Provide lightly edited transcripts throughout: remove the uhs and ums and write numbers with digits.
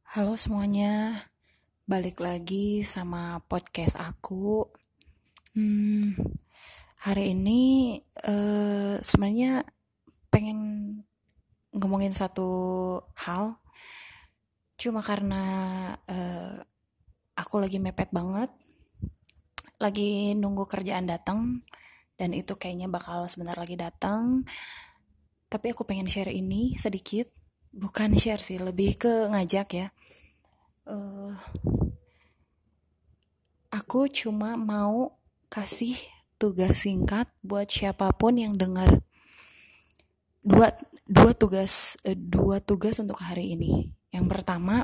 Halo semuanya, balik lagi sama podcast aku. Hari ini sebenarnya pengen ngomongin satu hal, cuma karena eh, aku lagi mepet banget, lagi nunggu kerjaan datang, dan itu kayaknya bakal sebentar lagi datang. Tapi aku pengen share ini sedikit, bukan share sih, lebih ke ngajak ya. Eh, Aku cuma mau kasih tugas singkat buat siapapun yang dengar. Dua dua tugas untuk hari ini. Yang pertama,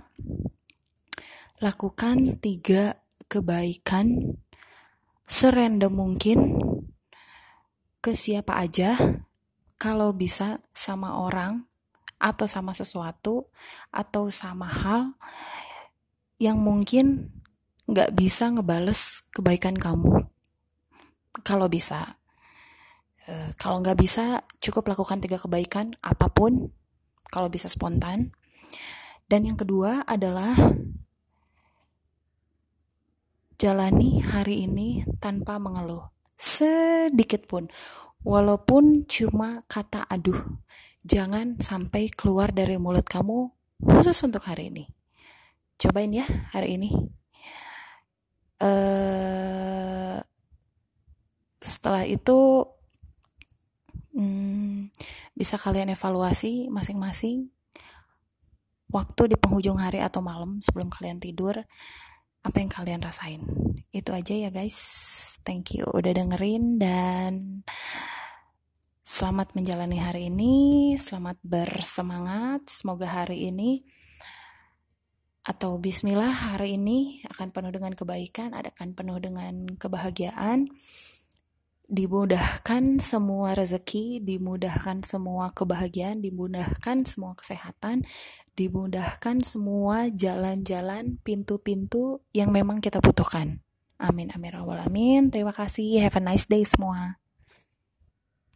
lakukan 3 kebaikan serandom mungkin ke siapa aja, kalau bisa sama orang atau sama sesuatu atau sama hal yang mungkin nggak bisa ngebales kebaikan kamu. Kalau bisa, kalau nggak bisa, cukup lakukan 3 kebaikan, apapun, kalau bisa spontan. Dan yang kedua adalah jalani hari ini tanpa mengeluh. Sedikit pun. Walaupun cuma kata aduh. Jangan sampai keluar dari mulut kamu khusus untuk hari ini. Cobain ya hari ini. Setelah itu bisa kalian evaluasi masing-masing waktu di penghujung hari atau malam sebelum kalian tidur, apa yang kalian rasain. Itu aja ya guys, thank you udah dengerin, dan selamat menjalani hari ini, selamat bersemangat. Semoga hari ini atau bismillah, hari ini akan penuh dengan kebaikan, akan penuh dengan kebahagiaan, dimudahkan semua rezeki, dimudahkan semua kebahagiaan, dimudahkan semua kesehatan, dimudahkan semua jalan-jalan, pintu-pintu yang memang kita butuhkan. Amin amin ya rabbal alamin. Terima kasih. Have a nice day semua.